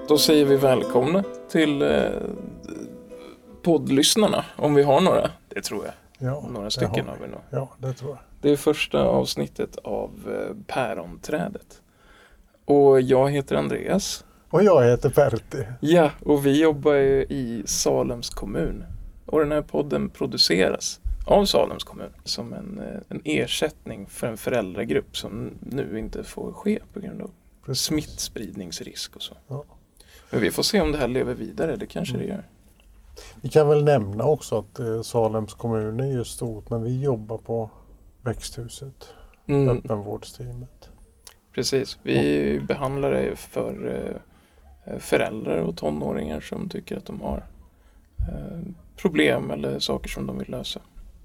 Då säger vi välkomna till poddlyssnarna, om vi har några. Det tror jag. Ja, några stycken har vi nog. Ja, det tror jag. Det är första avsnittet av Päronträdet. Och jag heter Andreas. Och jag heter Pertti. Ja, och vi jobbar i Salems kommun. Och den här podden produceras av Salems kommun som en ersättning för en föräldragrupp som nu inte får ske på grund av smittspridningsrisk och så. Ja. Men vi får se om det här lever vidare, det kanske det gör. Vi kan väl nämna också att Salems kommun är ju stort, men vi jobbar på växthuset, öppenvårdsteamet. Precis, vi behandlar det för föräldrar och tonåringar som tycker att de har problem eller saker som de vill lösa.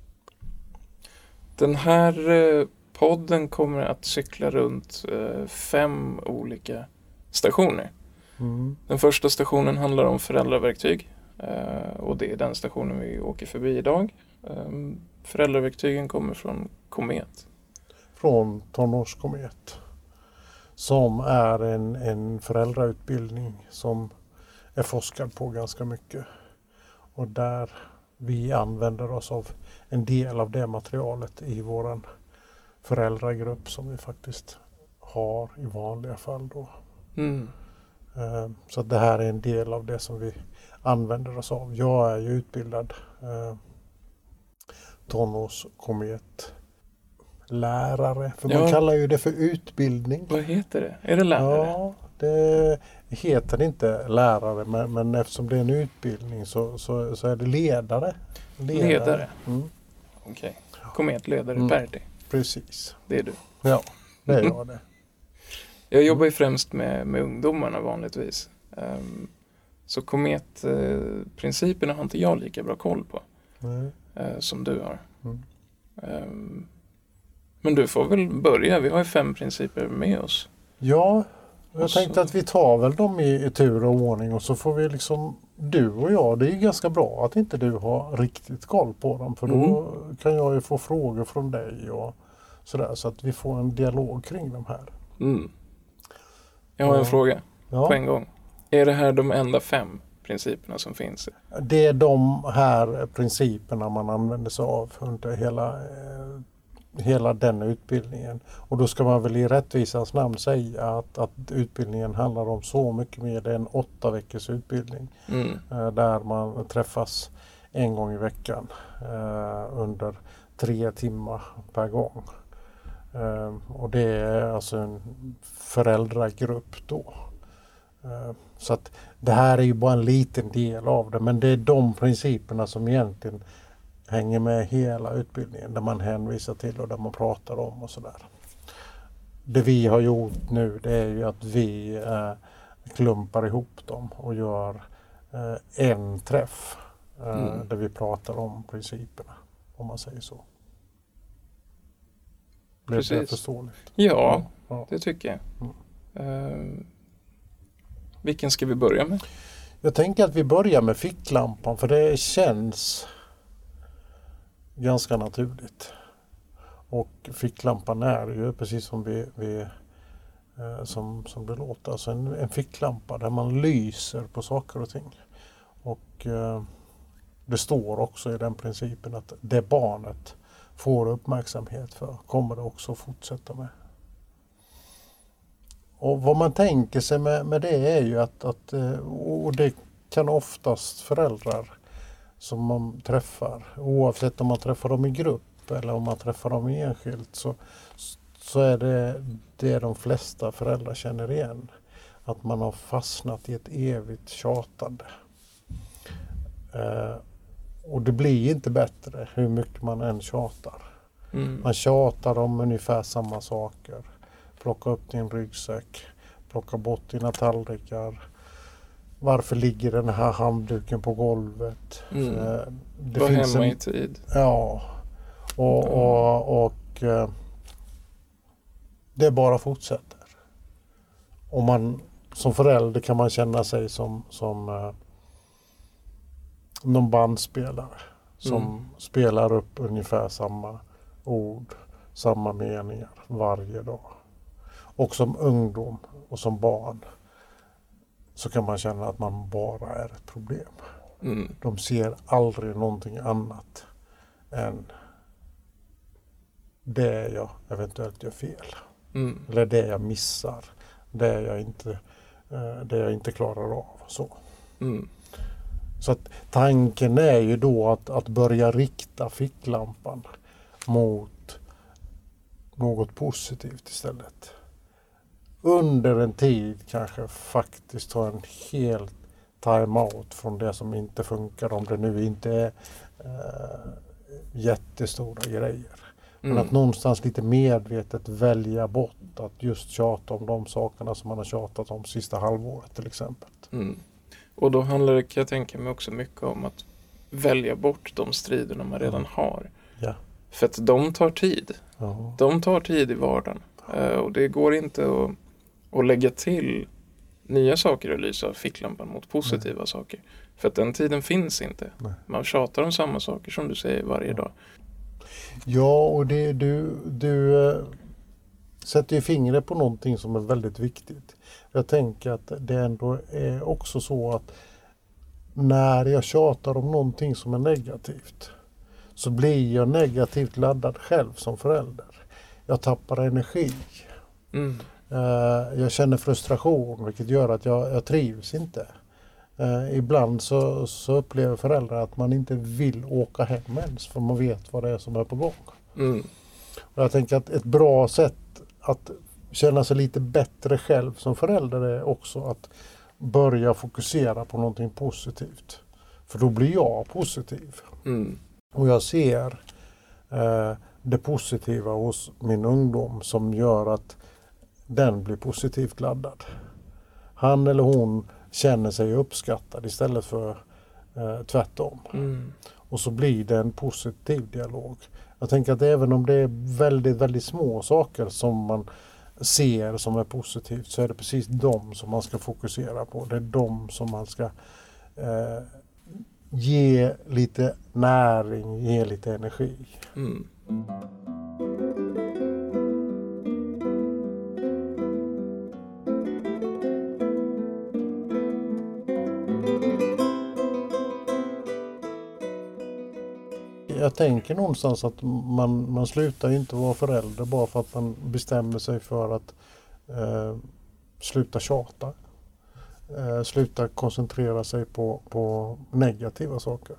Den här podden kommer att cykla runt 5 olika stationer. Den första stationen handlar om föräldraverktyg och det är den stationen vi åker förbi idag. Föräldraverktygen kommer från Komet. Från Tonårskomet. Som är en föräldrautbildning som är forskad på ganska mycket. Och där vi använder oss av en del av det materialet i våran föräldragrupp som vi faktiskt har i vanliga fall då. Så det här är en del av det som vi använder oss av. Jag är ju utbildad tonårskometlärare. För man kallar ju det för utbildning. Vad heter det? Är det lärare? Ja, det heter inte lärare, men eftersom det är en utbildning så är det ledare. Ledare? Okej. Kometledare Pertti. Precis. Det är du. Ja, det är jag det. Jag jobbar ju främst med ungdomarna vanligtvis. Så kometprinciperna har inte jag lika bra koll på som du har. Men du får väl börja. Vi har ju 5 principer med oss. Ja, jag tänkte att vi tar väl dem i tur och ordning och så får vi liksom, du och jag, det är ju ganska bra att inte du har riktigt koll på dem. För då kan jag ju få frågor från dig och sådär, så att vi får en dialog kring de här. Jag har en fråga på en gång. Är det här de enda 5 principerna som finns? Det är de här principerna man använder sig av under hela den utbildningen. Och då ska man väl i rättvisans namn säga att utbildningen handlar om så mycket mer. Det är en 8 veckors utbildning där man träffas en gång i veckan under 3 timmar per gång. Och det är alltså en föräldragrupp då. Så att det här är ju bara en liten del av det, men det är de principerna som egentligen hänger med hela utbildningen, där man hänvisar till och där man pratar om och sådär. Det vi har gjort nu, det är ju att vi klumpar ihop dem och gör en träff där vi pratar om principerna, om man säger så. Blev det förståeligt? Ja, det tycker jag. Vilken ska vi börja med? Jag tänker att vi börjar med ficklampan, för det känns ganska naturligt. Och ficklampan är ju precis som som det låter, alltså en ficklampa där man lyser på saker och ting. Och det står också i den principen att det barnet får uppmärksamhet för kommer det också att fortsätta med. Och vad man tänker sig med det är ju att och det kan oftast föräldrar som man träffar, oavsett om man träffar dem i grupp eller om man träffar dem enskilt, så är det de flesta föräldrar känner igen. Att man har fastnat i ett evigt tjatande. Och det blir inte bättre hur mycket man än tjatar. Man tjatar om ungefär samma saker. Plocka upp din ryggsäck, plocka bort dina tallrikar. Varför ligger den här handduken på golvet? Det var finns hemma i tid. Ja, och det bara fortsätter. Och man, som förälder kan man känna sig som någon bandspelare som spelar upp ungefär samma ord, samma meningar varje dag. Och som ungdom och som barn så kan man känna att man bara är ett problem. De ser aldrig någonting annat än det jag eventuellt gör fel. Eller det jag missar. Det jag inte klarar av. Så att tanken är ju då att börja rikta ficklampan mot något positivt istället. Under en tid kanske faktiskt ta en helt time-out från det som inte funkar, om det nu inte är jättestora grejer. Men att någonstans lite medvetet välja bort att just tjata om de sakerna som man har tjatat om sista halvåret till exempel. Och då handlar det, kan jag tänka mig, också mycket om att välja bort de striderna man redan har. Ja. För att de tar tid. De tar tid i vardagen. Och det går inte att lägga till nya saker och lysa ficklampan mot positiva saker. För att den tiden finns inte. Man tjatar om samma saker som du säger varje dag. Ja, och det, du sätter ju fingret på någonting som är väldigt viktigt. Jag tänker att det ändå är också så att när jag tjatar om någonting som är negativt så blir jag negativt laddad själv som förälder. Jag tappar energi. Jag känner frustration, vilket gör att jag trivs inte. Ibland så upplever föräldrar att man inte vill åka hem ens, för man vet vad det är som är på gång. Och jag tänker att ett bra sätt att känna sig lite bättre själv som förälder är också att börja fokusera på någonting positivt. För då blir jag positiv. Och jag ser det positiva hos min ungdom som gör att den blir positivt laddad. Han eller hon känner sig uppskattad istället för tvärtom. Och så blir det en positiv dialog. Jag tänker att även om det är väldigt, väldigt små saker som man ser som är positivt, så är det precis de som man ska fokusera på. Det är de som man ska ge lite näring, ge lite energi. Jag tänker någonstans att man slutar inte vara förälder bara för att man bestämmer sig för att sluta tjata. Sluta koncentrera sig på negativa saker.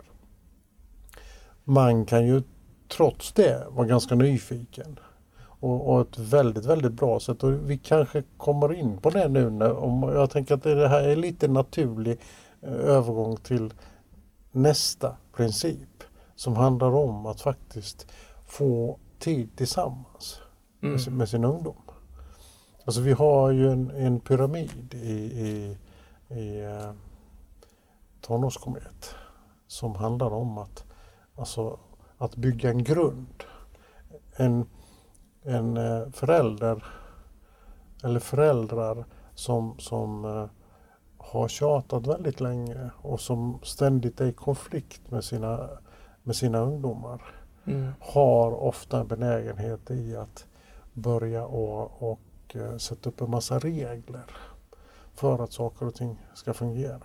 Man kan ju trots det vara ganska nyfiken. Och ett väldigt, väldigt bra sätt. Och vi kanske kommer in på det nu. Jag tänker att det här är lite naturlig övergång till nästa princip. Som handlar om att faktiskt få tid tillsammans med sin ungdom. Alltså vi har ju en pyramid i tonårskomet som handlar om att bygga en grund. En förälder eller föräldrar som har tjatat väldigt länge och som ständigt är i konflikt med sina ungdomar har ofta en benägenhet i att börja och sätta upp en massa regler för att saker och ting ska fungera.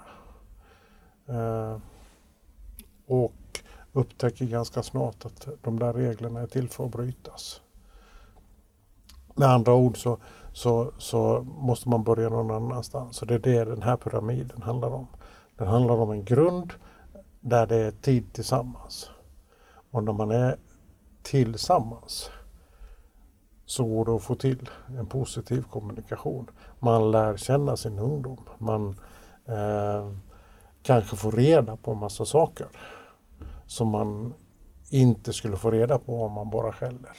Och upptäcker ganska snart att de där reglerna är till för att brytas. Med andra ord så måste man börja någon annanstans. Så det är det den här pyramiden handlar om. Den handlar om en grund där det är tid tillsammans. Och när man är tillsammans så går det att få till en positiv kommunikation. Man lär känna sin ungdom. Man kanske får reda på en massa saker som man inte skulle få reda på om man bara skäller.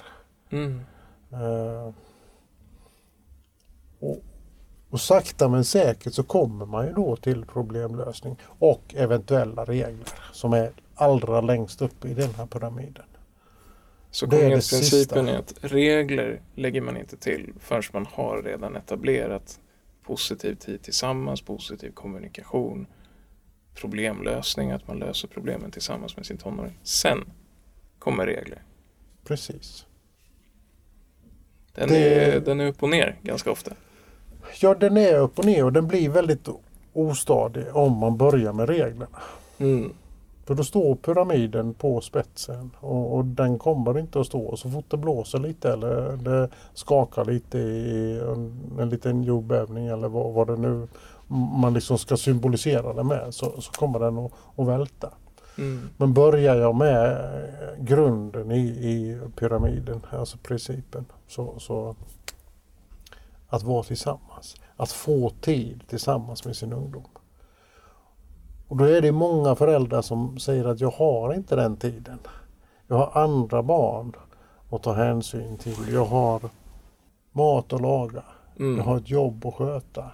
Och sakta men säkert så kommer man ju då till problemlösning och eventuella regler som är allra längst upp i den här pyramiden. Så principen är att regler lägger man inte till förrän man har redan etablerat positiv tid tillsammans, positiv kommunikation, problemlösning, att man löser problemen tillsammans med sin tonåring. Sen kommer regler. Precis. Den är upp och ner ganska ofta. Ja, den är upp och ner och den blir väldigt ostadig om man börjar med reglerna. För då står pyramiden på spetsen och den kommer inte att stå. Så fort det blåser lite eller det skakar lite i en liten jordbävning eller vad det nu man liksom ska symbolisera det med, så kommer den att välta. Men börjar jag med grunden i pyramiden, alltså principen, så att vara tillsammans, att få tid tillsammans med sin ungdom. Och då är det många föräldrar som säger att jag har inte den tiden. Jag har andra barn att ta hänsyn till. Jag har mat att laga. Jag har ett jobb att sköta.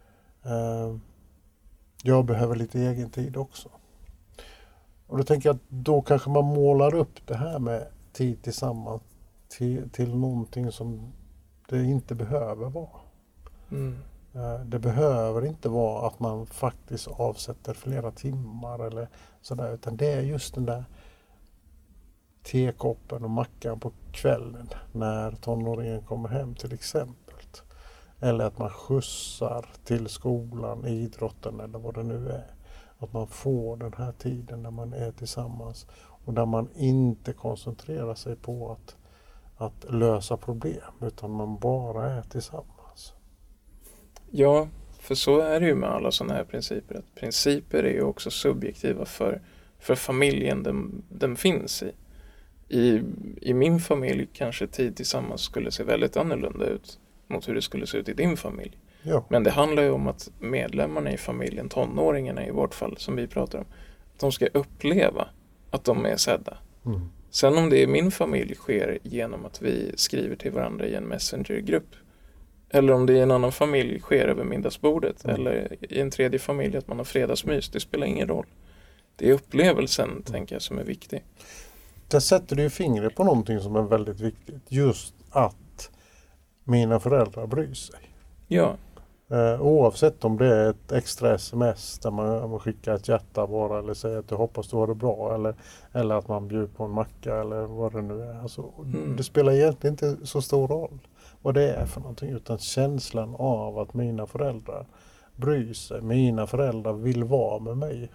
Jag behöver lite egen tid också. Och då tänker jag att då kanske man målar upp det här med tid tillsammans till någonting som det inte behöver vara. Det behöver inte vara att man faktiskt avsätter flera timmar eller sådär, utan det är just den där tekoppen och mackan på kvällen när tonåringen kommer hem till exempel. Eller att man skjutsar till skolan, idrotten eller vad det nu är. Att man får den här tiden när man är tillsammans och där man inte koncentrerar sig på att lösa problem, utan man bara är tillsammans. Ja, för så är det ju med alla sådana här principer. Att principer är ju också subjektiva för familjen den finns i. I min familj kanske tid tillsammans skulle se väldigt annorlunda ut mot hur det skulle se ut i din familj. Ja. Men det handlar ju om att medlemmarna i familjen, tonåringarna i vårt fall som vi pratar om, att de ska uppleva att de är sedda. Sen om det i min familj sker genom att vi skriver till varandra i en messengergrupp, eller om det i en annan familj sker över middagsbordet, eller i en tredje familj att man har fredagsmys, det spelar ingen roll. Det är upplevelsen, tänker jag, som är viktig. Där sätter du fingret på någonting som är väldigt viktigt. Just att mina föräldrar bryr sig. Ja. Oavsett om det är ett extra sms där man skickar ett hjärta bara eller säger att jag hoppas du har det bra eller att man bjuder på en macka eller vad det nu är. Alltså, det spelar egentligen inte så stor roll vad det är för någonting, utan känslan av att mina föräldrar bryr sig, mina föräldrar vill vara med mig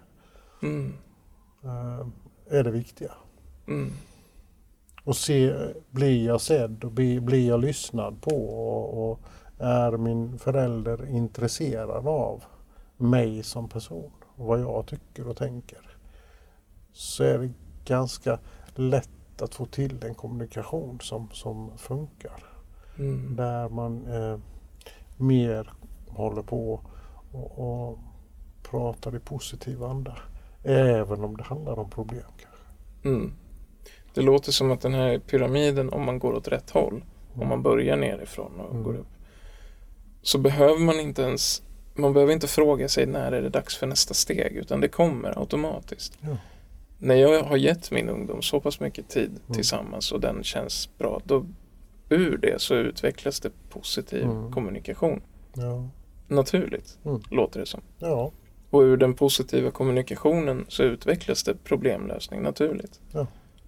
är det viktiga. Och blir jag sedd och blir jag lyssnad på och är min förälder intresserad av mig som person och vad jag tycker och tänker, så är det ganska lätt att få till en kommunikation som funkar. Där man mer håller på och pratar i positiv anda, även om det handlar om problem kanske. Det låter som att den här pyramiden, om man går åt rätt håll, om man börjar nerifrån och går upp, så behöver man behöver inte fråga sig när är det dags för nästa steg, utan det kommer automatiskt. Ja. När jag har gett min ungdom så pass mycket tid tillsammans och den känns bra, då ur det så utvecklas det positiv kommunikation. Ja. Naturligt, låter det som. Ja. Och ur den positiva kommunikationen så utvecklas det problemlösning naturligt. Ja.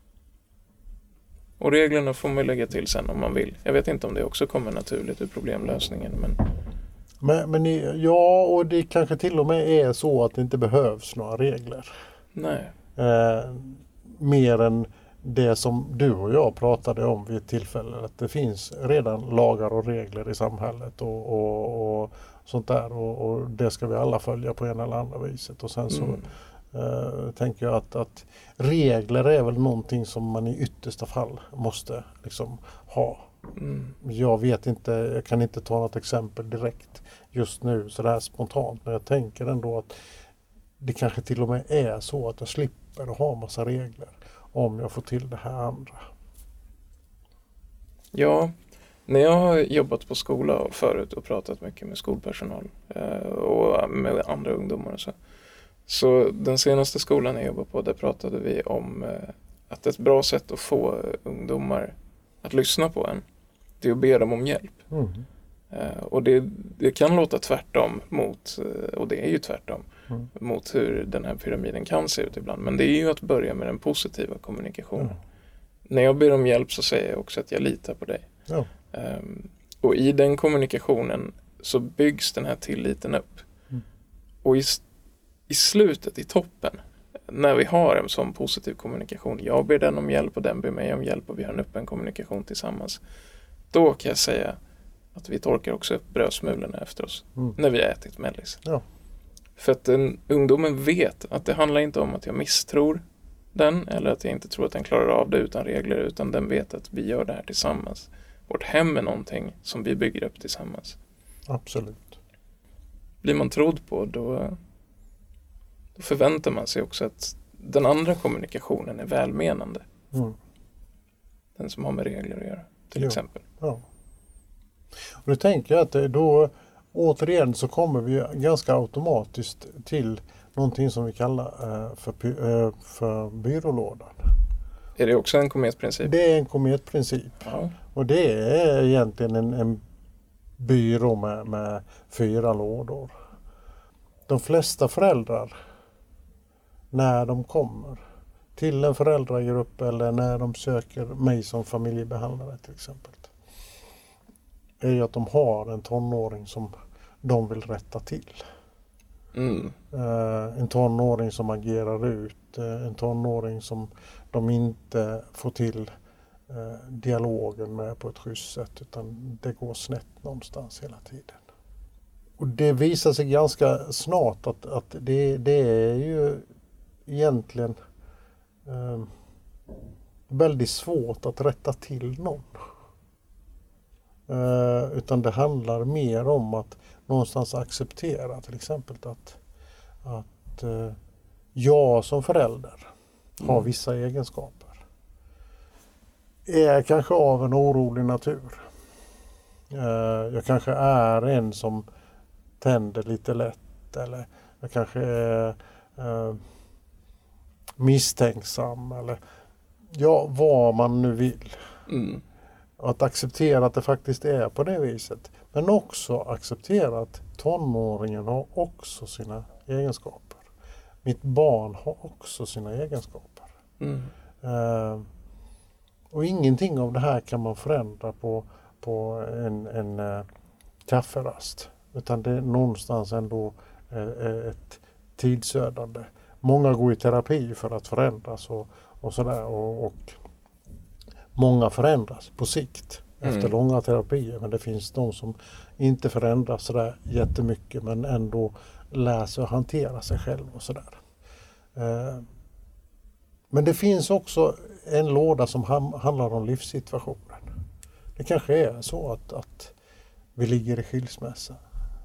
Och reglerna får man lägga till sen om man vill. Jag vet inte om det också kommer naturligt ur problemlösningen. Men ja, och det kanske till och med är så att det inte behövs några regler. Nej. Mer än det som du och jag pratade om vid ett tillfälle. Att det finns redan lagar och regler i samhället och sånt där. Och det ska vi alla följa på ena eller andra viset. Och sen så tänker jag att regler är väl någonting som man i yttersta fall måste liksom ha. Jag vet inte, jag kan inte ta något exempel direkt just nu så där spontant, men jag tänker ändå att det kanske till och med är så att jag slipper att ha massa regler om jag får till det här andra. Ja, när jag har jobbat på skola förut och pratat mycket med skolpersonal och med andra ungdomar och så den senaste skolan jag jobbade på, där pratade vi om att ett bra sätt att få ungdomar att lyssna på en, det är att be dem om hjälp. Och det kan låta tvärtom mot, och det är ju tvärtom, mot hur den här pyramiden kan se ut ibland. Men det är ju att börja med den positiva kommunikationen. När jag ber om hjälp så säger jag också att jag litar på dig. Och i den kommunikationen så byggs den här tilliten upp. Och i slutet, i toppen, när vi har en sån positiv kommunikation, jag ber den om hjälp och den ber mig om hjälp och vi har en öppen kommunikation tillsammans, då kan jag säga att vi torkar också upp brödsmulorna efter oss när vi har ätit mellis. Ja. För att ungdomen vet att det handlar inte om att jag misstror den eller att jag inte tror att den klarar av det utan regler, utan den vet att vi gör det här tillsammans. Vårt hem är någonting som vi bygger upp tillsammans. Absolut. Blir man trodd på, då förväntar man sig också att den andra kommunikationen är välmenande. Den som har med regler att göra, till exempel. Ja. Och då tänker jag att då återigen så kommer vi ganska automatiskt till någonting som vi kallar för byrålådan. Är det också en kometprincip? Det är en kometprincip. Ja. Och det är egentligen en byrå med 4 lådor. De flesta föräldrar, när de kommer till en föräldragrupp eller när de söker mig som familjebehandlare till exempel, är ju att de har en tonåring som de vill rätta till. En tonåring som agerar ut, en tonåring som de inte får till dialogen med på ett schysst sätt, utan det går snett någonstans hela tiden. Och det visar sig ganska snart att det är ju egentligen väldigt svårt att rätta till någon. Utan det handlar mer om att någonstans acceptera till exempel att jag som förälder har vissa egenskaper. Är kanske av en orolig natur. Jag kanske är en som tänder lite lätt, eller jag kanske är misstänksam, eller ja, vad man nu vill. Att acceptera att det faktiskt är på det viset. Men också acceptera att tonåringen har också sina egenskaper. Mitt barn har också sina egenskaper. Och ingenting av det här kan man förändra på en kafferast. Utan det är någonstans ändå ett tidsödande. Många går i terapi för att förändras och sådär. Och många förändras på sikt efter långa terapier. Men det finns de som inte förändras sådär jättemycket men ändå lär sig att hantera sig själv och sådär. Men det finns också en låda som handlar om livssituationen. Det kanske är så att vi ligger i skilsmässa.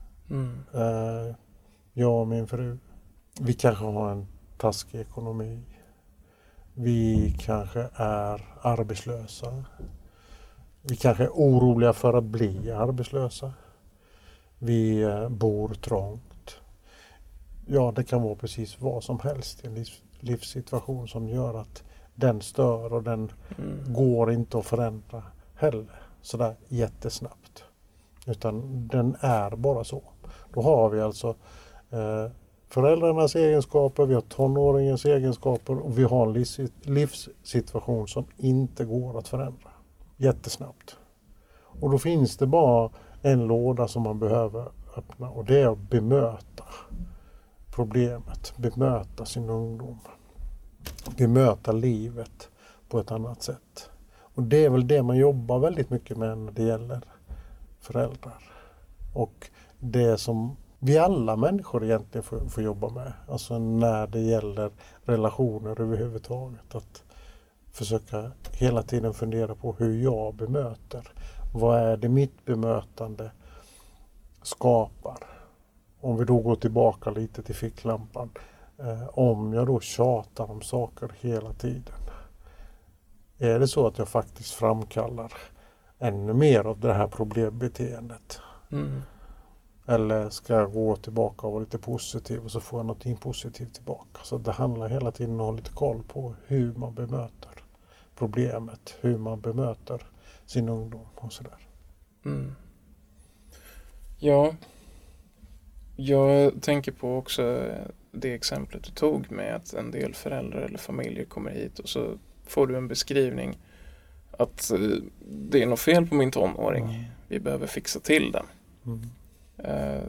Jag och min fru. Vi kanske har en taskig ekonomi. Vi kanske är arbetslösa. Vi kanske är oroliga för att bli arbetslösa. Vi bor trångt. Ja, det kan vara precis vad som helst i en livssituation som gör att den stör och den går inte att förändra heller sådär jättesnabbt. Utan den är bara så. Då har vi alltså föräldrarnas egenskaper, vi har tonåringens egenskaper och vi har en livssituation som inte går att förändra jättesnabbt. Och då finns det bara en låda som man behöver öppna, och det är att bemöta problemet, bemöta sin ungdom, bemöta livet på ett annat sätt. Och det är väl det man jobbar väldigt mycket med när det gäller föräldrar. Och det som vi alla människor egentligen får jobba med. Alltså när det gäller relationer överhuvudtaget. Att försöka hela tiden fundera på hur jag bemöter. Vad är det mitt bemötande skapar? Om vi då går tillbaka lite till ficklampan. Om jag då tjatar om saker hela tiden. Är det så att jag faktiskt framkallar ännu mer av det här problembeteendet? Eller ska jag gå tillbaka och vara lite positiv och så får jag någonting positivt tillbaka? Så det handlar hela tiden om att ha lite koll på hur man bemöter problemet, hur man bemöter sin ungdom och sådär. Ja, jag tänker på också det exemplet du tog med att en del föräldrar eller familjer kommer hit och så får du en beskrivning att det är något fel på min tonåring. Vi behöver fixa till den.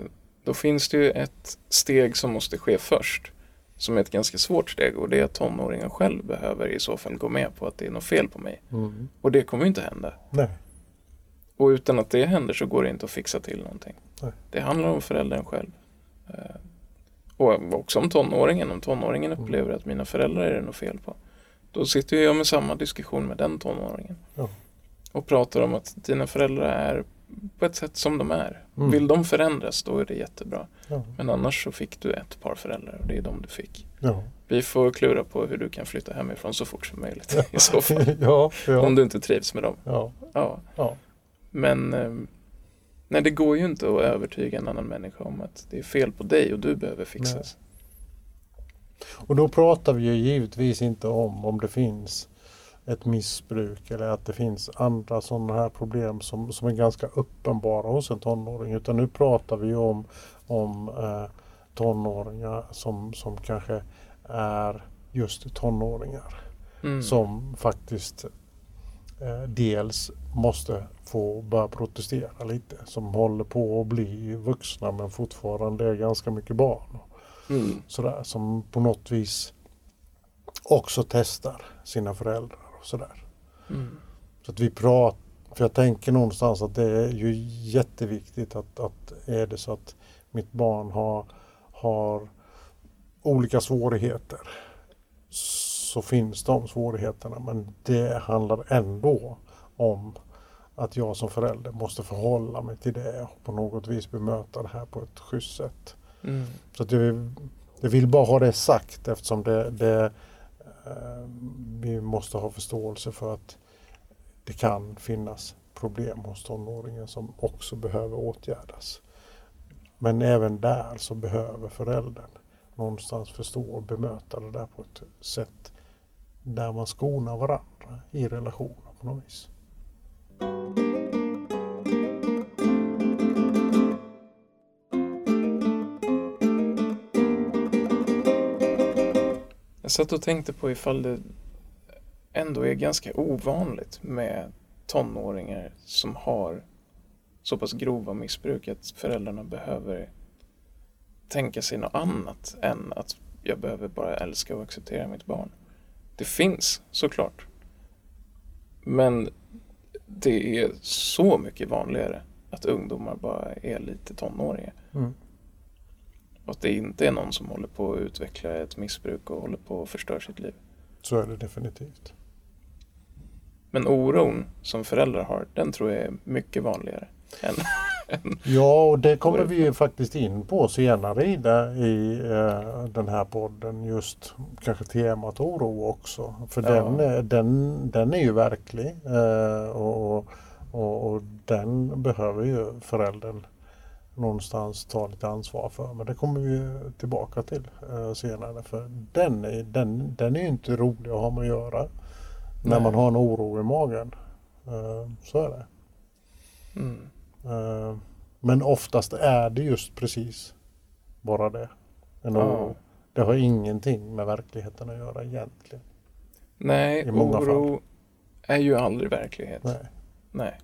då finns det ju ett steg som måste ske först. Som är ett ganska svårt steg, och det är att tonåringen själv behöver i så fall gå med på att det är något fel på mig. Och det kommer ju inte hända. Nej. Och utan att det händer så går det inte att fixa till någonting. Nej. Det handlar om föräldern själv. Och också om tonåringen. Om tonåringen upplever att mina föräldrar är det något fel på, då sitter jag med samma diskussion med den tonåringen. Ja. Och pratar om att dina föräldrar är på ett sätt som de är. Vill de förändras, då är det jättebra. Ja. Men annars så fick du ett par föräldrar, och det är de du fick. Ja. Vi får klura på hur du kan flytta hemifrån så fort som möjligt i så fall. Ja. Om du inte trivs med dem. Ja. Men nej, det går ju inte att övertyga en annan människa om att det är fel på dig och du behöver fixas. Nej. Och då pratar vi ju givetvis inte om det finns ett missbruk eller att det finns andra sådana här problem som är ganska uppenbara hos en tonåring. Utan nu pratar vi om tonåringar som kanske är just tonåringar. Som faktiskt dels måste få börja protestera lite. Som håller på att bli vuxna men fortfarande är ganska mycket barn. Sådär, som på något vis också testar sina föräldrar och sådär. Så att vi pratar, för jag tänker någonstans att det är ju jätteviktigt att är det så att mitt barn har olika svårigheter, så finns de svårigheterna, men det handlar ändå om att jag som förälder måste förhålla mig till det och på något vis bemöta det här på ett schysst sätt. Så att jag vill bara ha det sagt, eftersom vi måste ha förståelse för att det kan finnas problem hos tonåringen som också behöver åtgärdas. Men även där så behöver föräldern någonstans förstå och bemöta det där på ett sätt där man skonar varandra i relationer på något vis. Jag satt och tänkte på ifall det ändå är ganska ovanligt med tonåringar som har så pass grova missbruk att föräldrarna behöver tänka sig något annat än att jag behöver bara älska och acceptera mitt barn. Det finns, såklart. Men det är så mycket vanligare att ungdomar bara är lite tonåriga. Och att det inte är någon som håller på att utveckla ett missbruk och håller på att förstöra sitt liv. Så är det definitivt. Men oron som föräldrar har, den tror jag är mycket vanligare än ja, och det kommer vi ju faktiskt in på senare i den här podden, just kanske temat oro också. För den är ju verklig och den behöver ju föräldern någonstans ta lite ansvar för. Men det kommer vi tillbaka till senare, för den är ju inte rolig att ha med att göra när man har en oro i magen. Så är det. Men oftast är det just precis bara det. En oro. Det har ingenting med verkligheten att göra egentligen. Nej, oro är ju aldrig verklighet. Nej.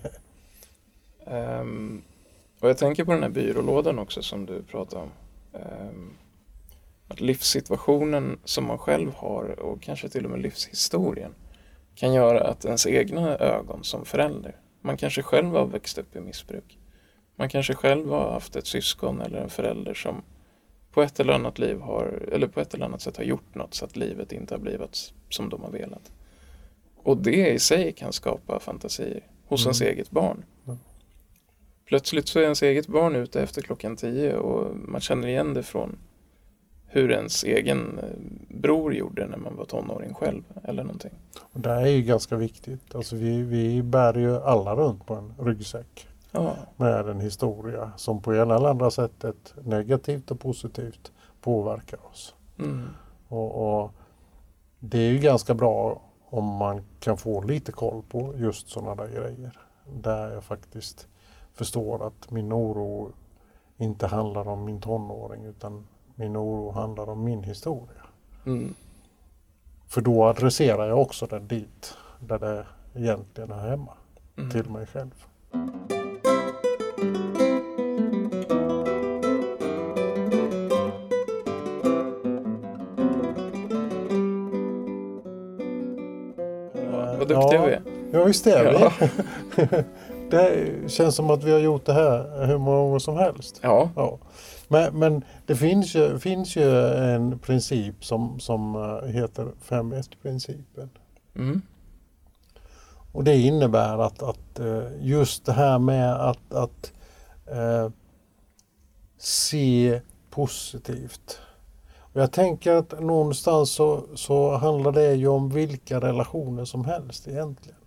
Och jag tänker på den här byrålådan också som du pratade om. Att livssituationen som man själv har och kanske till och med livshistorien kan göra att ens egna ögon som förälder, man kanske själv har växt upp i missbruk. Man kanske själv har haft ett syskon eller en förälder som på ett eller annat liv på ett eller annat sätt har gjort något så att livet inte har blivit som de har velat. Och det i sig kan skapa fantasier hos ens eget barn. Plötsligt så är ens eget barn ute efter 10:00 och man känner igen det från hur ens egen bror gjorde när man var tonåring själv eller någonting. Och det är ju ganska viktigt. Alltså vi bär ju alla runt på en ryggsäck med en historia som på ena eller andra sättet negativt och positivt påverkar oss. Och det är ju ganska bra om man kan få lite koll på just sådana där grejer. Där jag faktiskt förstår att min oro inte handlar om min tonåring utan min oro handlar om min historia. För då adresserar jag också den dit där det egentligen är hemma. Till mig själv. vad duktiga vi är. Ja, visst är Ja. vi. Det känns som att vi har gjort det här hur många gånger som helst. Ja. Ja. Men det finns ju en princip som heter 5-1-principen. Mm. Och det innebär att just det här med att se positivt. Och jag tänker att någonstans så handlar det ju om vilka relationer som helst egentligen.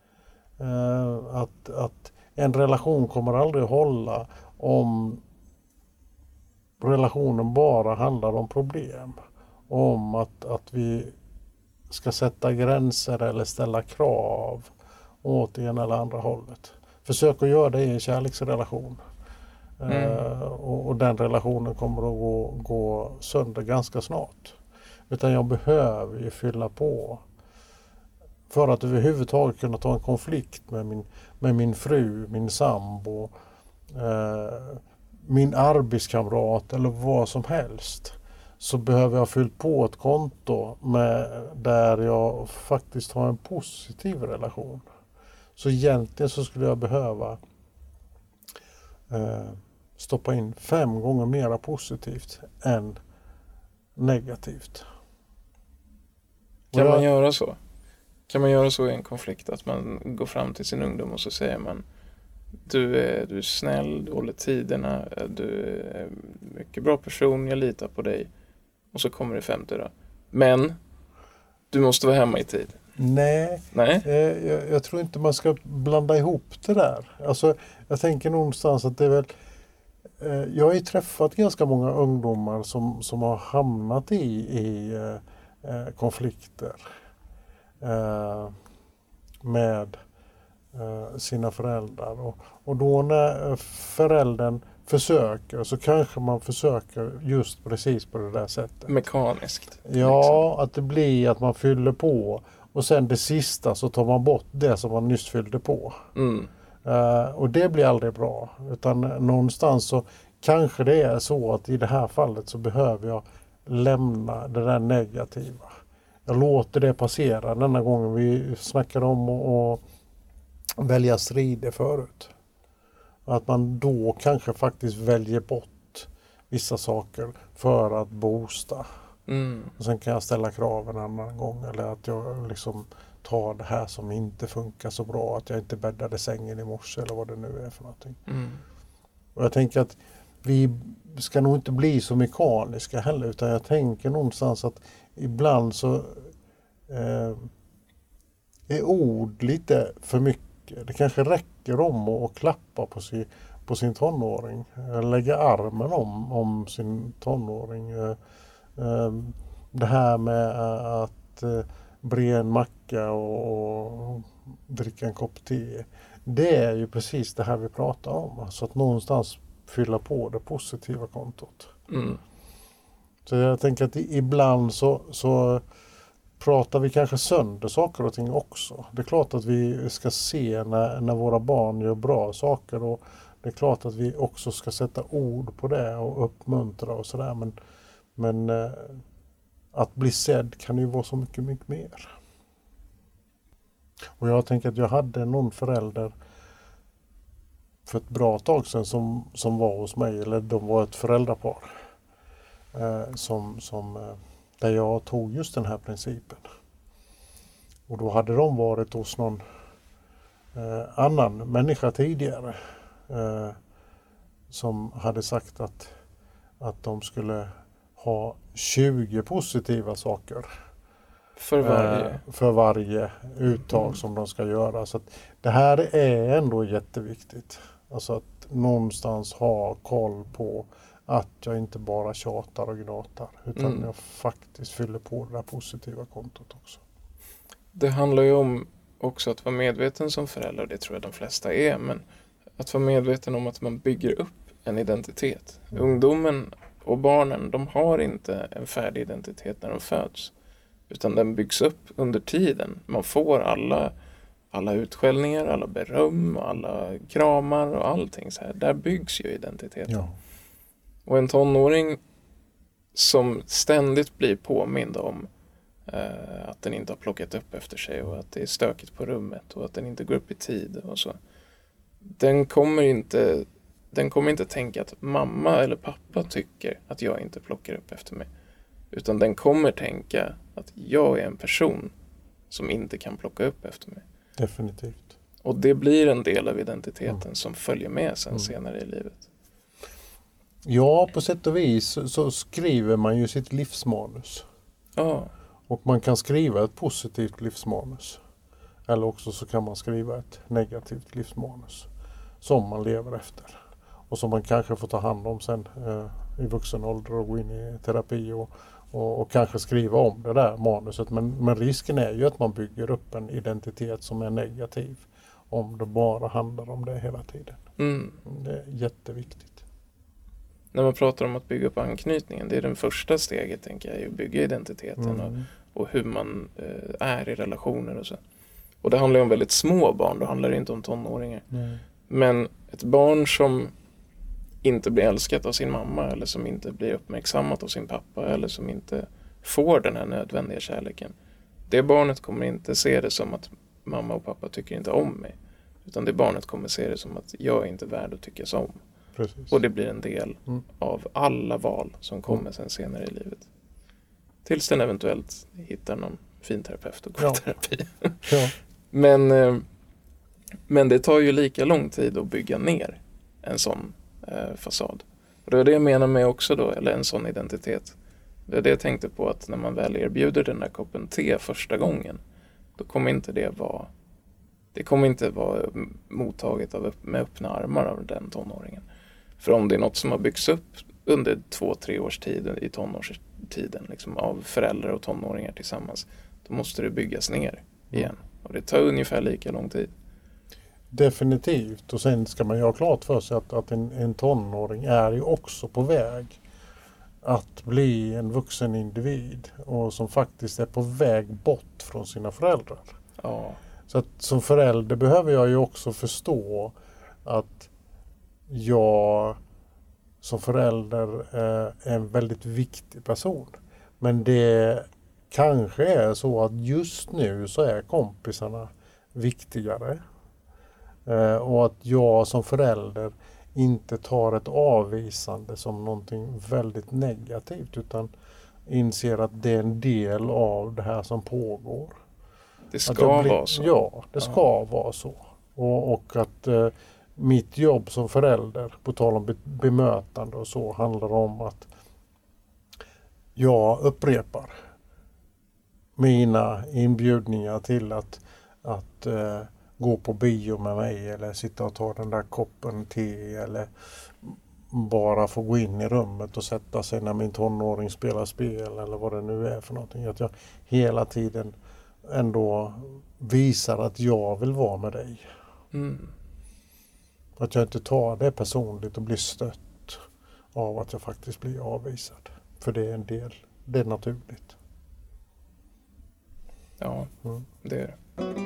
Att en relation kommer aldrig hålla om relationen bara handlar om problem. Om att vi ska sätta gränser eller ställa krav åt ena eller andra hållet. Försök att göra det i en kärleksrelation. Och den relationen kommer att gå sönder ganska snart. Utan jag behöver ju fylla på. För att överhuvudtaget kunna ta en konflikt med min fru, min sambo, min arbetskamrat eller vad som helst. Så behöver jag fylla på ett konto där jag faktiskt har en positiv relation. Så egentligen så skulle jag behöva stoppa in 5 gånger mera positivt än negativt. Kan man göra så? Kan man göra så i en konflikt att man går fram till sin ungdom och så säger man du är snäll, du håller tiderna, du är en mycket bra person, jag litar på dig. Och så kommer det 50 då. Men du måste vara hemma i tid. Nej. Jag tror inte man ska blanda ihop det där. Alltså, jag tänker någonstans att det är väl... Jag har ju träffat ganska många ungdomar som har hamnat i konflikter med sina föräldrar. Och då när föräldern försöker så kanske man försöker just precis på det där sättet. Mekaniskt. Ja, liksom. att det blir att man fyller på och sen det sista så tar man bort det som man nyss fyllde på. Mm. Och det blir aldrig bra. Utan någonstans så kanske det är så att i det här fallet så behöver jag lämna det där negativa. Jag låter det passera denna gången vi snackade om att välja strider förut. Att man då kanske faktiskt väljer bort vissa saker för att boosta. Mm. Och sen kan jag ställa krav en annan gång. Eller att jag liksom tar det här som inte funkar så bra. Att jag inte bäddade sängen i morse eller vad det nu är för någonting. Mm. Och jag tänker att vi ska nog inte bli så mekaniska heller. Utan jag tänker någonstans att ibland så är ord lite för mycket. Det kanske räcker om att klappa på sin tonåring. Lägga armen om sin tonåring. Det här med att bre en macka och dricka en kopp te. Det är ju precis det här vi pratar om. Alltså att någonstans fylla på det positiva kontot. Mm. Så jag tänker att ibland så pratar vi kanske sönder saker och ting också. Det är klart att vi ska se när våra barn gör bra saker och det är klart att vi också ska sätta ord på det och uppmuntra och sådär. Men att bli sedd kan ju vara så mycket, mycket mer. Och jag tänker att jag hade någon förälder för ett bra tag sedan som var hos mig, eller de var ett föräldrapar där jag tog just den här principen. Och då hade de varit hos någon annan människa tidigare som hade sagt att de skulle ha 20 positiva saker för varje uttag som de ska göra. Så att det här är ändå jätteviktigt. Alltså att någonstans ha koll på att jag inte bara tjatar och gnatar utan jag faktiskt fyller på det där positiva kontot också. Det handlar ju om också att vara medveten som förälder, det tror jag de flesta är, men att vara medveten om att man bygger upp en identitet. Ungdomen och barnen, de har inte en färdig identitet när de föds, utan den byggs upp under tiden. Man får alla utskällningar, alla beröm, alla kramar och allting så här. Där byggs ju identiteten. Ja. Och en tonåring som ständigt blir påmind om Att den inte har plockat upp efter sig och att det är stökigt på rummet och att den inte går upp i tid och så. Den kommer inte tänka att mamma eller pappa tycker att jag inte plockar upp efter mig. Utan den kommer tänka att jag är en person som inte kan plocka upp efter mig. Definitivt. Och det blir en del av identiteten som följer med sen senare i livet. Ja, på sätt och vis så skriver man ju sitt livsmanus. Ja. Och man kan skriva ett positivt livsmanus. Eller också så kan man skriva ett negativt livsmanus. Som man lever efter. Och som man kanske får ta hand om sen i vuxen ålder och gå in i terapi och kanske skriva om det där manuset. Men risken är ju att man bygger upp en identitet som är negativ. Om det bara handlar om det hela tiden. Det är jätteviktigt. När man pratar om att bygga upp anknytningen, det är det första steget tänker jag, att bygga identiteten och hur man är i relationer och så. Och det handlar ju om väldigt små barn, då handlar det inte om tonåringar. Men ett barn som inte blir älskat av sin mamma eller som inte blir uppmärksammat av sin pappa eller som inte får den här nödvändiga kärleken. Det barnet kommer inte se det som att mamma och pappa tycker inte om mig. Utan det barnet kommer se det som att jag är inte värd att tyckas om. Precis. Och det blir en del av alla val som kommer sen senare i livet. Tills den eventuellt hittar någon fin terapeut och går i terapi. Ja. Men det tar ju lika lång tid att bygga ner en sån fasad. Och det är det jag menar med också då, eller en sån identitet. Det är det jag tänkte på, att när man väl erbjuder den där koppen te första gången, då kommer inte det kommer inte vara mottaget med öppna armar av den tonåringen. För om det är något som har byggts upp under 2-3 års tid i tonårstiden liksom, av föräldrar och tonåringar tillsammans, då måste det byggas ner igen. Och det tar ungefär lika lång tid. Definitivt. Och sen ska man ju ha klart för sig att en tonåring är ju också på väg att bli en vuxen individ och som faktiskt är på väg bort från sina föräldrar. Ja. Så att som förälder behöver jag ju också förstå att jag som förälder är en väldigt viktig person. Men det kanske är så att just nu så är kompisarna viktigare. Och att jag som förälder inte tar ett avvisande som någonting väldigt negativt utan inser att det är en del av det här som pågår. Det ska vara så. Ja, det ska vara så. Och att mitt jobb som förälder, på tal om bemötande och så, handlar om att jag upprepar mina inbjudningar till att gå på bio med mig eller sitta och ta den där koppen te eller bara få gå in i rummet och sätta sig när min tonåring spelar spel eller vad det nu är för någonting. Att jag hela tiden ändå visar att jag vill vara med dig. Att jag inte tar det personligt och blir stött av att jag faktiskt blir avvisad. För det är en del, det är naturligt. Ja, det är det.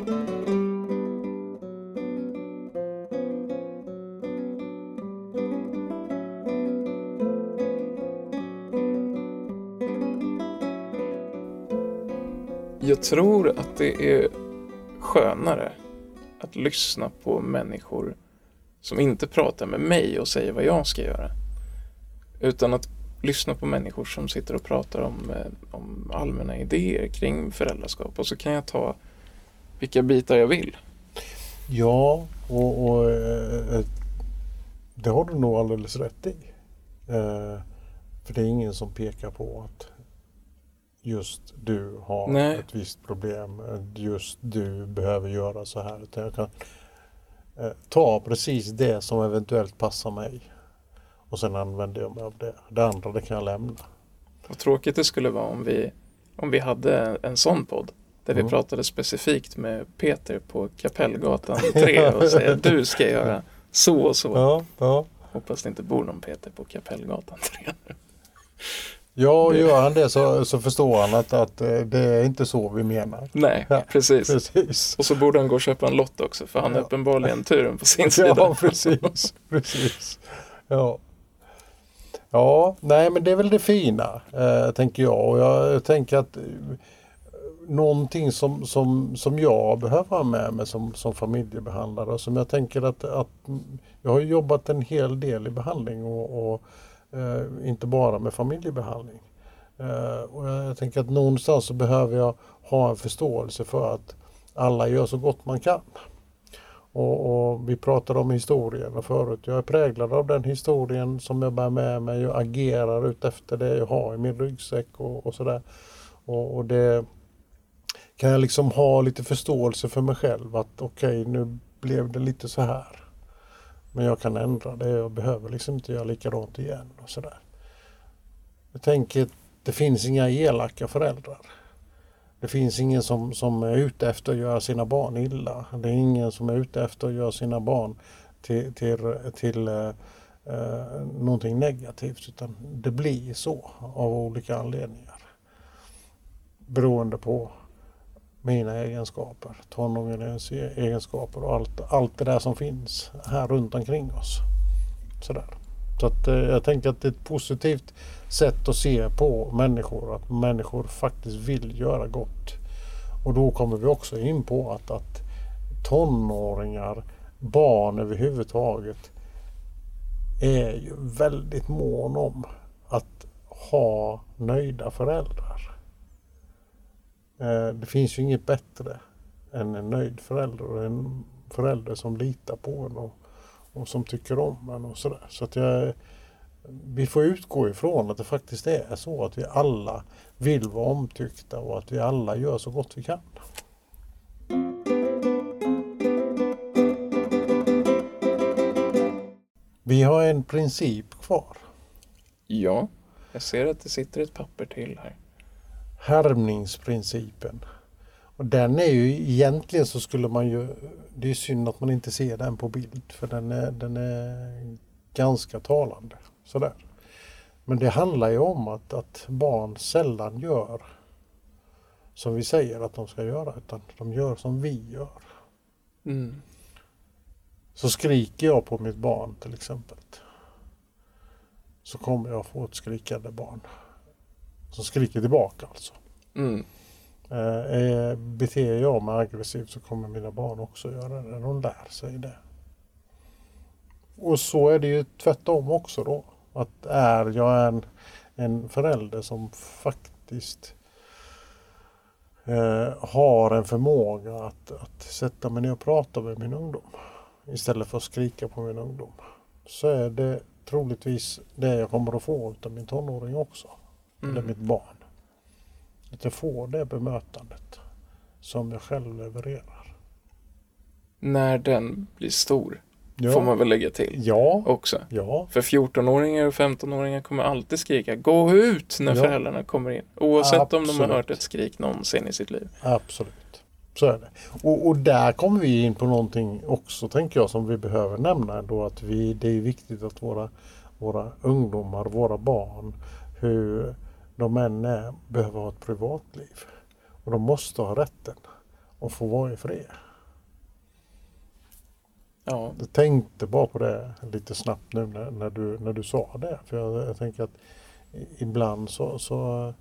Jag tror att det är skönare att lyssna på människor som inte pratar med mig och säger vad jag ska göra. Utan att lyssna på människor som sitter och pratar om allmänna idéer kring föräldraskap. Och så kan jag ta vilka bitar jag vill. Ja, och det har du nog alldeles rätt i. För det är ingen som pekar på att just du har ett visst problem, just du behöver göra så här. Utan jag kan ta precis det som eventuellt passar mig och sen använder jag mig av det. Det andra det kan jag lämna. Vad tråkigt det skulle vara om vi hade en sån podd där vi pratade specifikt med Peter på Kapellgatan 3 och säger att du ska göra så och så. Ja. Hoppas det inte bor någon Peter på Kapellgatan 3 nu. Ja, gör han det så förstår han att det är inte så vi menar. Nej, ja, precis. Och så borde han gå och köpa en lott också, för han är uppenbarligen turen på sin sida. Ja, precis. Ja, nej men det är väl det fina, tänker jag. Och jag tänker att någonting som jag behöver ha med mig som familjebehandlare, och som jag tänker att jag har jobbat en hel del i behandling och inte bara med familjebehandling. Och jag tänker att någonstans så behöver jag ha en förståelse för att alla gör så gott man kan. Och vi pratade om historien förut. Jag är präglad av den historien som jag bär med mig och agerar ut efter det jag har i min ryggsäck och sådär. Och det kan jag liksom ha lite förståelse för mig själv, att okej, nu blev det lite så här. Men jag kan ändra det, jag behöver liksom inte göra likadant igen och sådär. Jag tänker att det finns inga elaka föräldrar. Det finns ingen som är ute efter att göra sina barn illa. Det är ingen som är ute efter att göra sina barn till någonting negativt, utan det blir så av olika anledningar. Beroende på mina egenskaper, tonåringens egenskaper och allt det där som finns här runt omkring oss. Sådär. Så att jag tänker att det är ett positivt sätt att se på människor, att människor faktiskt vill göra gott. Och då kommer vi också in på att tonåringar, barn överhuvudtaget, är ju väldigt mån om att ha nöjda föräldrar. Det finns ju inget bättre än en nöjd förälder och en förälder som litar på en och som tycker om en och sådär. Så att vi får utgå ifrån att det faktiskt är så att vi alla vill vara omtyckta och att vi alla gör så gott vi kan. Vi har en princip kvar. Ja, jag ser att det sitter ett papper till här. Härmningsprincipen. Och den är ju egentligen, så skulle man ju, det är synd att man inte ser den på bild, för den är ganska talande. Sådär. Men det handlar ju om att barn sällan gör som vi säger att de ska göra, utan de gör som vi gör. Mm. Så skriker jag på mitt barn till exempel, så kommer jag få ett skrikande barn som skriker tillbaka alltså. Mm. Beter jag mig aggressivt så kommer mina barn också göra det. De lär sig det. Och så är det ju tvärtom också då. Att är jag en förälder som faktiskt har en förmåga att sätta mig ner och prata med min ungdom istället för att skrika på min ungdom, så är det troligtvis det jag kommer att få av min tonåring också. Eller mitt barn. Att jag får det bemötandet som jag själv levererar. När den blir stor, får man väl lägga till också. Ja. För 14-åringar och 15-åringar kommer alltid skrika gå ut när föräldrarna kommer in. Oavsett om de har hört ett skrik någonsin i sitt liv. Absolut. Så är det. Och där kommer vi in på någonting också, tänker jag, som vi behöver nämna ändå, att det är viktigt att våra ungdomar, våra barn, hur de än är, behöver ha ett privatliv. Och de måste ha rätten att få vara i fred. Ja. Jag tänkte bara på det lite snabbt nu när du sa det. För jag tänker att ibland så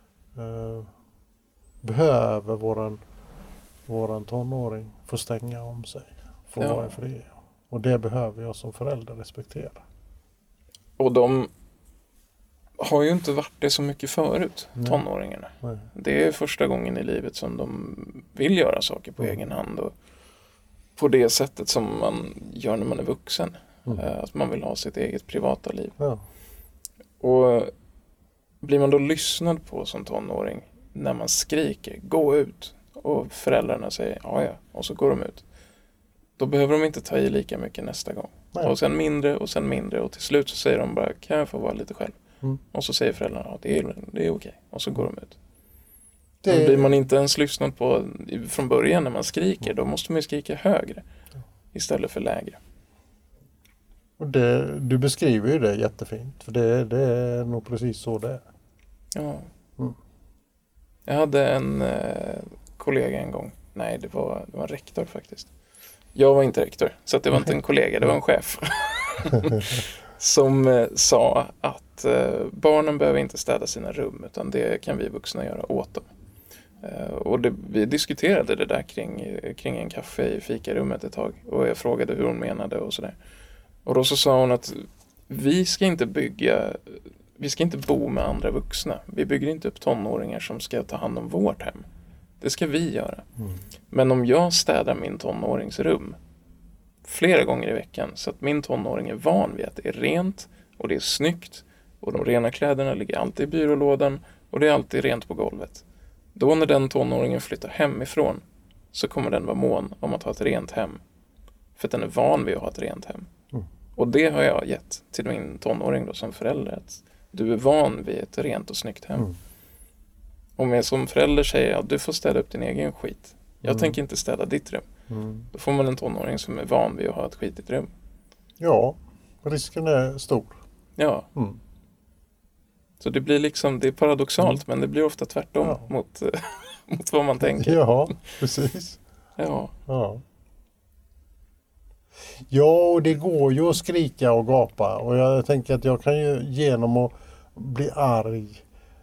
behöver våran tonåring få stänga om sig. Få vara i fred. Och det behöver jag som förälder respektera. Och de har ju inte varit det så mycket förut, tonåringarna. Nej. Det är första gången i livet som de vill göra saker på egen hand och på det sättet som man gör när man är vuxen. Att man vill ha sitt eget privata liv. Ja. Och blir man då lyssnad på som tonåring när man skriker, gå ut, och föräldrarna säger ja, och så går de ut. Då behöver de inte ta i lika mycket nästa gång. Nej. Och sen mindre och till slut så säger de bara, kan jag få vara lite själv? Och så säger föräldrarna, ja det är okej. Och så går de ut. Men blir man inte ens lyssnad på från början när man skriker, då måste man ju skrika högre istället för lägre. Och du beskriver ju det jättefint, för det är nog precis så det är. Ja. Jag hade en kollega en gång. Nej, det var en rektor faktiskt. Jag var inte rektor, så att det var inte en kollega, det var en chef. Som sa att barnen behöver inte städa sina rum, utan det kan vi vuxna göra åt dem. Och vi diskuterade det där kring en kaffe i fikarummet ett tag. Och jag frågade hur hon menade och sådär. Och då så sa hon att vi ska inte bo med andra vuxna. Vi bygger inte upp tonåringar som ska ta hand om vårt hem. Det ska vi göra. Men om jag städar min tonårings rum flera gånger i veckan så att min tonåring är van vid att det är rent och det är snyggt och de rena kläderna ligger alltid i byrålådan och det är alltid rent på golvet. Då när den tonåringen flyttar hemifrån så kommer den vara mån om att ha ett rent hem. För att den är van vid att ha ett rent hem. Och det har jag gett till min tonåring då som förälder. Att du är van vid ett rent och snyggt hem. Om jag som förälder säger att du får städa upp din egen skit. Jag tänker inte städa ditt rum. Då får man en tonåring som är van vid att ha ett skitigt rum. Ja, risken är stor. Ja. Så det blir liksom, det är paradoxalt men det blir ofta tvärtom mot vad man tänker. Ja, precis. Ja. Ja, och det går ju att skrika och gapa. Och jag tänker att jag kan ju genom att bli arg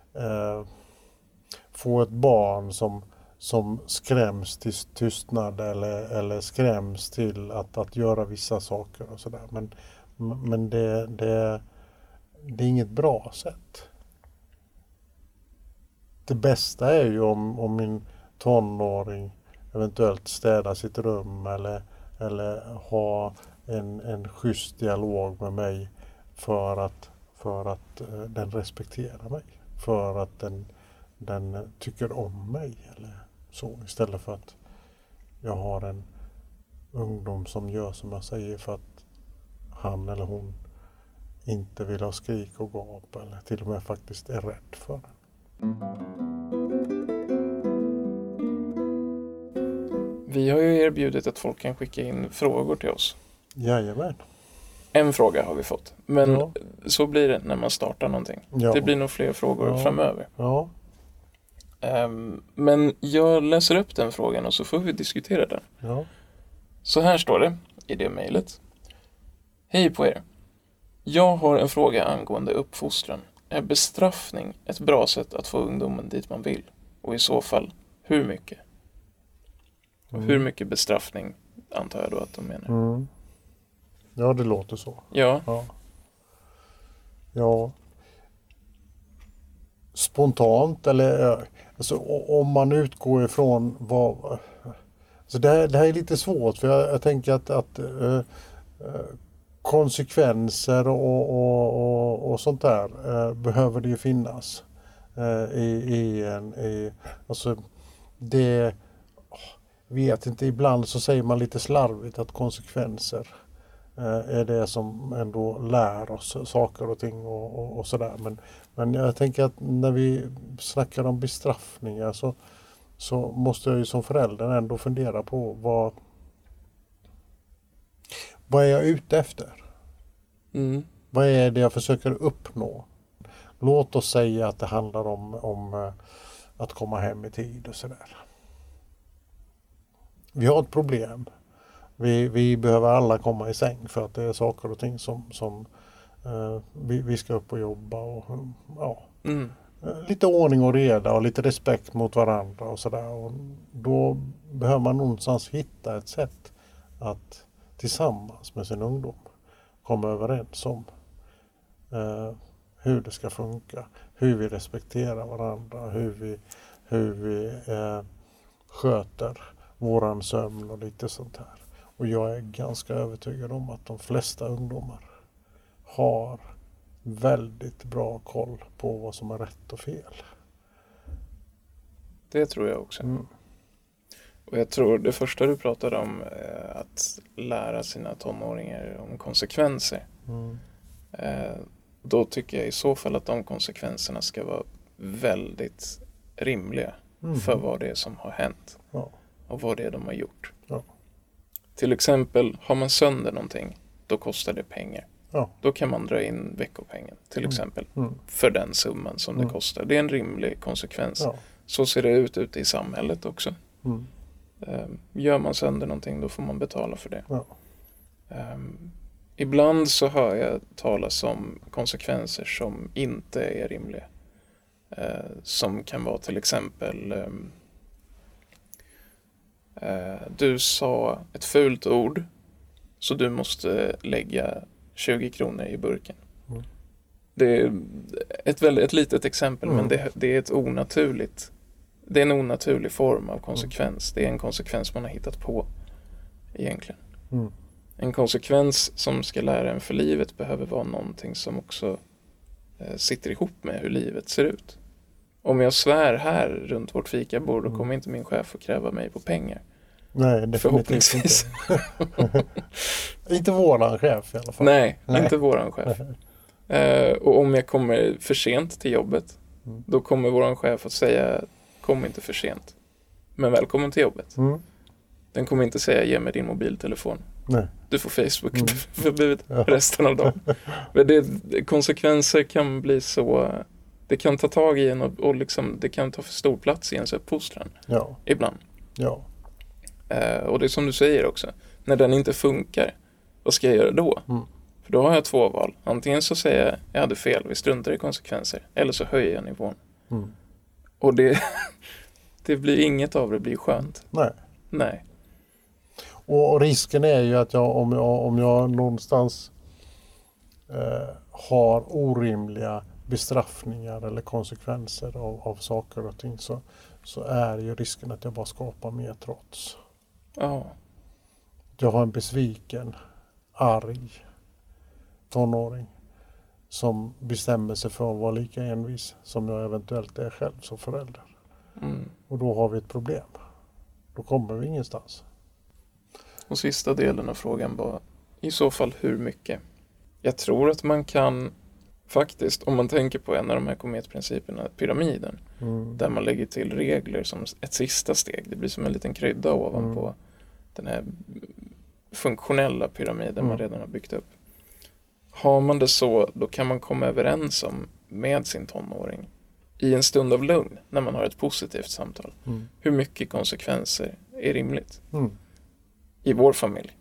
få ett barn som skräms till tystnad eller skräms till att göra vissa saker och sådär. Men det är inget bra sätt. Det bästa är ju om min tonåring eventuellt städar sitt rum eller ha en schysst dialog med mig för att den respekterar mig. För att den tycker om mig eller så. Istället för att jag har en ungdom som gör som jag säger för att han eller hon inte vill ha skrik och gap eller till och med faktiskt är rädd för den. Vi har ju erbjudit att folk kan skicka in frågor till oss. Jajamän. En fråga har vi fått. Men så blir det när man startar någonting. Ja. Det blir nog fler frågor framöver. Ja. Men jag läser upp den frågan och så får vi diskutera den. Ja. Så här står det i det mejlet. Hej på er. Jag har en fråga angående uppfostran. Är bestraffning ett bra sätt att få ungdomen dit man vill? Och i så fall, hur mycket? Och hur mycket bestraffning antar jag då att de menar? Ja, det låter så. Ja. Spontant eller alltså, om man utgår ifrån vad... Alltså det här är lite svårt för jag tänker att konsekvenser och sånt där behöver det ju finnas alltså det vet inte, ibland så säger man lite slarvigt att konsekvenser är det som ändå lär oss saker och ting och sådär. Men jag tänker att när vi snackar om bestraffningar så måste jag ju som förälder ändå fundera på vad är jag ute efter? Vad är det jag försöker uppnå? Låt oss säga att det handlar om att komma hem i tid och sådär. Vi har ett problem. Vi behöver alla komma i säng för att det är saker och ting som vi ska upp och jobba och lite ordning och reda och lite respekt mot varandra och sådär. Och då behöver man någonstans hitta ett sätt att tillsammans med sin ungdom komma överens om hur det ska funka, hur vi respekterar varandra, hur vi sköter våran sömn och lite sånt här. Och jag är ganska övertygad om att de flesta ungdomar har väldigt bra koll på vad som är rätt och fel. Det tror jag också. Och jag tror det första du pratade om att lära sina tonåringar om konsekvenser. Då tycker jag i så fall att de konsekvenserna ska vara väldigt rimliga för vad det är som har hänt. Och vad det är de har gjort. Till exempel, har man sönder någonting, då kostar det pengar. Då kan man dra in veckopengen till exempel för den summan som det kostar. Det är en rimlig konsekvens. Så ser det ut ute i samhället också. Gör man sönder någonting, då får man betala för det. Ibland så hör jag talas om konsekvenser som inte är rimliga. Som kan vara till exempel Du sa ett fult ord, så du måste lägga 20 kronor i burken. Det är ett litet exempel, men det är ett onaturligt. Det är en onaturlig form av konsekvens. Det är en konsekvens man har hittat på egentligen. En konsekvens som ska lära en för livet behöver vara någonting som också sitter ihop med hur livet ser ut. Om jag svär här runt vårt fikabord, då kommer inte min chef att kräva mig på pengar. Nej, definitivt inte. Inte våran chef i alla fall. Nej, inte våran chef. Och om jag kommer för sent till jobbet, då kommer våran chef att säga, kom inte för sent, men välkommen till jobbet. Den kommer inte säga, ge mig din mobiltelefon. Nej. Du får Facebook-förbud resten av dagen. Men konsekvenser kan bli så, det kan ta tag i en och liksom, det kan ta för stor plats i ens uppfostran. Ja. Ibland. Ja. Och det är som du säger också, när den inte funkar, vad ska jag göra då? För då har jag två val. Antingen så säger jag hade fel, vi struntar i konsekvenser. Eller så höjer jag nivån. Och det blir inget av det blir skönt. Nej. Och risken är ju att om jag någonstans har orimliga bestraffningar eller konsekvenser av saker och ting, så är ju risken att jag bara skapar mer trots. Ja. Jag har en besviken, arg tonåring som bestämmer sig för att vara lika envis som jag eventuellt är själv som förälder. Och då har vi ett problem. Då kommer vi ingenstans. Och sista delen av frågan var i så fall hur mycket? Jag tror att man kan faktiskt, om man tänker på en av de här kometprinciperna, pyramiden, där man lägger till regler som ett sista steg. Det blir som en liten krydda ovanpå den här funktionella pyramiden man redan har byggt upp. Har man det så, då kan man komma överens om med sin tonåring i en stund av lugn, när man har ett positivt samtal. Hur mycket konsekvenser är rimligt i vår familj?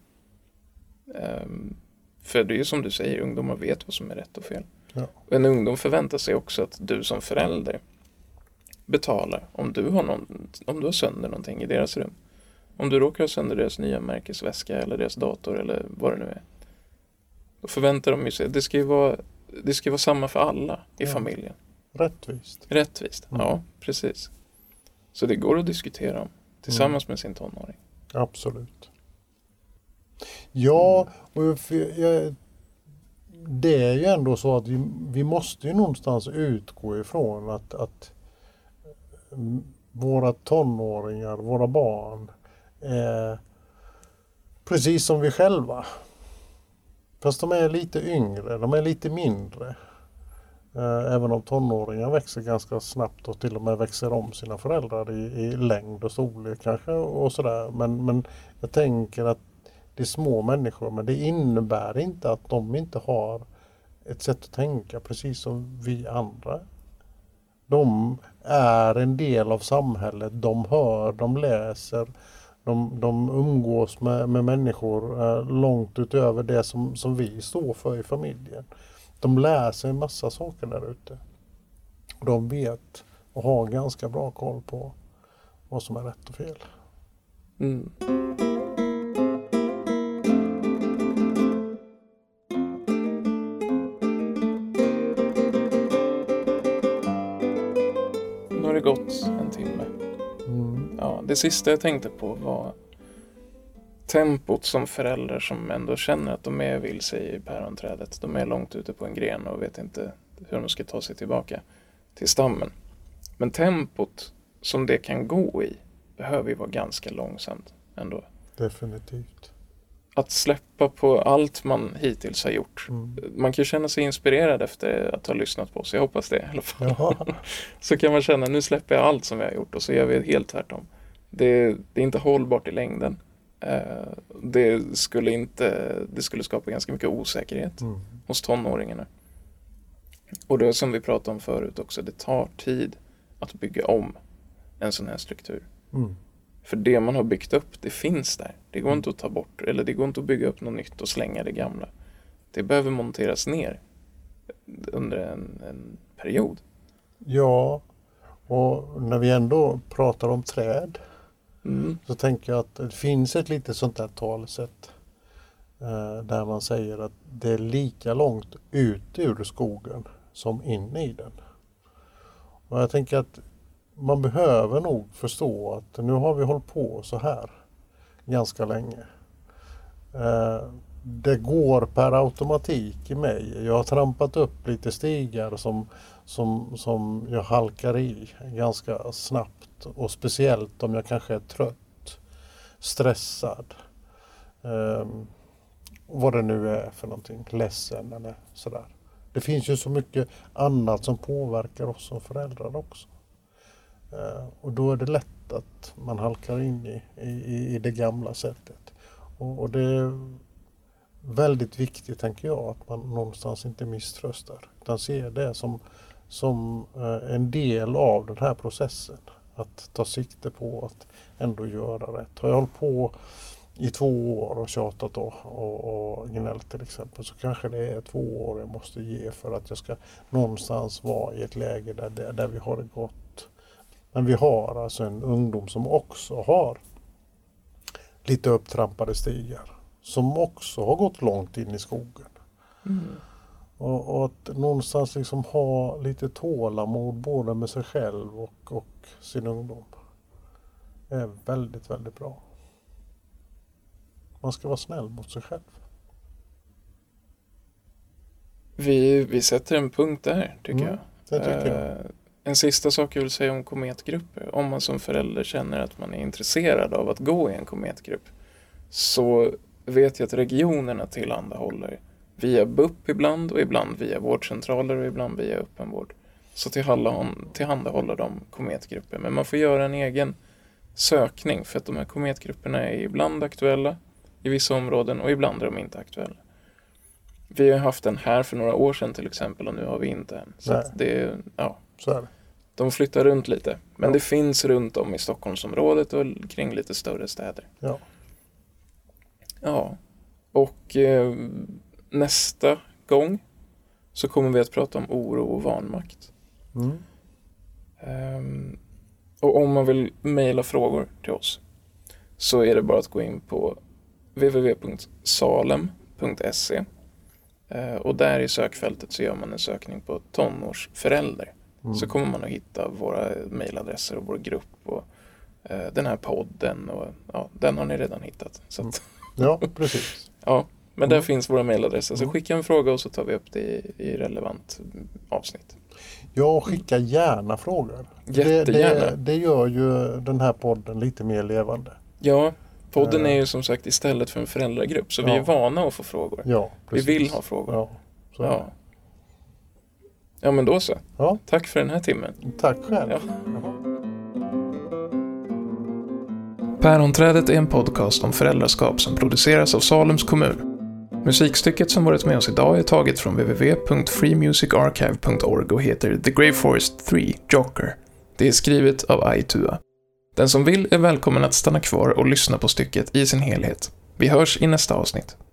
För det är ju som du säger, ungdomar vet vad som är rätt och fel. Ja. Och en ungdom förväntar sig också att du som förälder betalar om du har sönder någonting i deras rum. Om du råkar ha sönder deras nya märkesväska eller deras dator eller vad det nu är. Då förväntar de sig att det ska ju vara samma för alla i familjen. Rättvist, ja, precis. Så det går att diskutera om tillsammans med sin tonåring. Absolut. Ja, och det är ju ändå så att vi måste ju någonstans utgå ifrån att våra tonåringar, våra barn, är precis som vi själva. Fast de är lite yngre, de är lite mindre. Även om tonåringar växer ganska snabbt och till och med växer om sina föräldrar i längd och storlek kanske och sådär. Men jag tänker att det är små människor, men det innebär inte att de inte har ett sätt att tänka precis som vi andra. De är en del av samhället, de hör, de läser, de umgås med människor långt utöver det som vi står för i familjen. De lär sig en massa saker där ute. Och de vet och har ganska bra koll på vad som är rätt och fel. Nu har det gått en timme. Ja, det sista jag tänkte på var tempot som föräldrar som ändå känner att de är vilse i päronträdet. De är långt ute på en gren och vet inte hur de ska ta sig tillbaka till stammen. Men tempot som det kan gå i behöver ju vara ganska långsamt ändå. Definitivt. Att släppa på allt man hittills har gjort. Man kan ju känna sig inspirerad efter att ha lyssnat på oss. Jag hoppas det i alla fall. Så kan man känna, nu släpper jag allt som vi har gjort och så gör vi helt tvärtom. Det är inte hållbart i längden. Det skulle skapa ganska mycket osäkerhet hos tonåringarna. Och det som vi pratade om förut också, det tar tid att bygga om en sån här struktur. För det man har byggt upp, det finns där. Det går inte att ta bort, eller det går inte att bygga upp något nytt och slänga det gamla. Det behöver monteras ner under en period. Ja, och när vi ändå pratar om träd Så tänker jag att det finns ett lite sånt där talsätt där man säger att det är lika långt ut ur skogen som in i den. Och jag tänker att man behöver nog förstå att nu har vi hållit på så här ganska länge. Det går per automatik i mig. Jag har trampat upp lite stigar som jag halkar i ganska snabbt. Och speciellt om jag kanske är trött, stressad. Vad det nu är för någonting, ledsen eller sådär. Det finns ju så mycket annat som påverkar oss som föräldrar också. Och då är det lätt att man halkar in i det gamla sättet. Och det är väldigt viktigt, tänker jag, att man någonstans inte misströstar. Utan ser det som en del av den här processen. Att ta sikte på att ändå göra rätt. Har jag hållit på i 2 år och tjatat och gnällt till exempel, så kanske det är 2 år jag måste ge för att jag ska någonstans vara i ett läge där vi har det gott. Men vi har alltså en ungdom som också har lite upptrampade stigar. Som också har gått långt in i skogen. Och att någonstans liksom ha lite tålamod både med sig själv och sin ungdom är väldigt, väldigt bra. Man ska vara snäll mot sig själv. Vi sätter en punkt där, tycker jag. Det tycker jag. En sista sak jag vill säga om kometgrupper. Om man som förälder känner att man är intresserad av att gå i en kometgrupp, så vet jag att regionerna tillhandahåller via BUP ibland och ibland via vårdcentraler och ibland via öppenvård. Så tillhandahåller de kometgrupper. Men man får göra en egen sökning, för att de här kometgrupperna är ibland aktuella i vissa områden och ibland är de inte aktuella. Vi har haft en här för några år sedan till exempel, och nu har vi inte en. Så att det, ja, så är det. De flyttar runt lite. Men det finns runt om i Stockholmsområdet och kring lite större städer. Ja. Ja, och nästa gång så kommer vi att prata om oro och vanmakt. Och om man vill mejla frågor till oss så är det bara att gå in på www.salem.se och där i sökfältet så gör man en sökning på tonårsförälder. Så kommer man att hitta våra mejladresser och vår grupp och den här podden, och ja, den har ni redan hittat. Så att, ja, precis. Ja, men där finns våra mejladresser. Så skicka en fråga och så tar vi upp det i relevant avsnitt. Ja, skicka gärna frågor. Jättegärna. Det gör ju den här podden lite mer levande. Ja, podden är ju som sagt istället för en föräldragrupp. Så vi är vana att få frågor. Ja, precis. Vi vill ha frågor. Ja, så ja. Ja, men då så. Ja. Tack för den här timmen. Tack själv. Ja. Päronträdet är en podcast om föräldraskap som produceras av Salems kommun. Musikstycket som varit med oss idag är taget från www.freemusicarchive.org och heter The Grey Forest 3 Joker. Det är skrivet av Aitua. Den som vill är välkommen att stanna kvar och lyssna på stycket i sin helhet. Vi hörs i nästa avsnitt.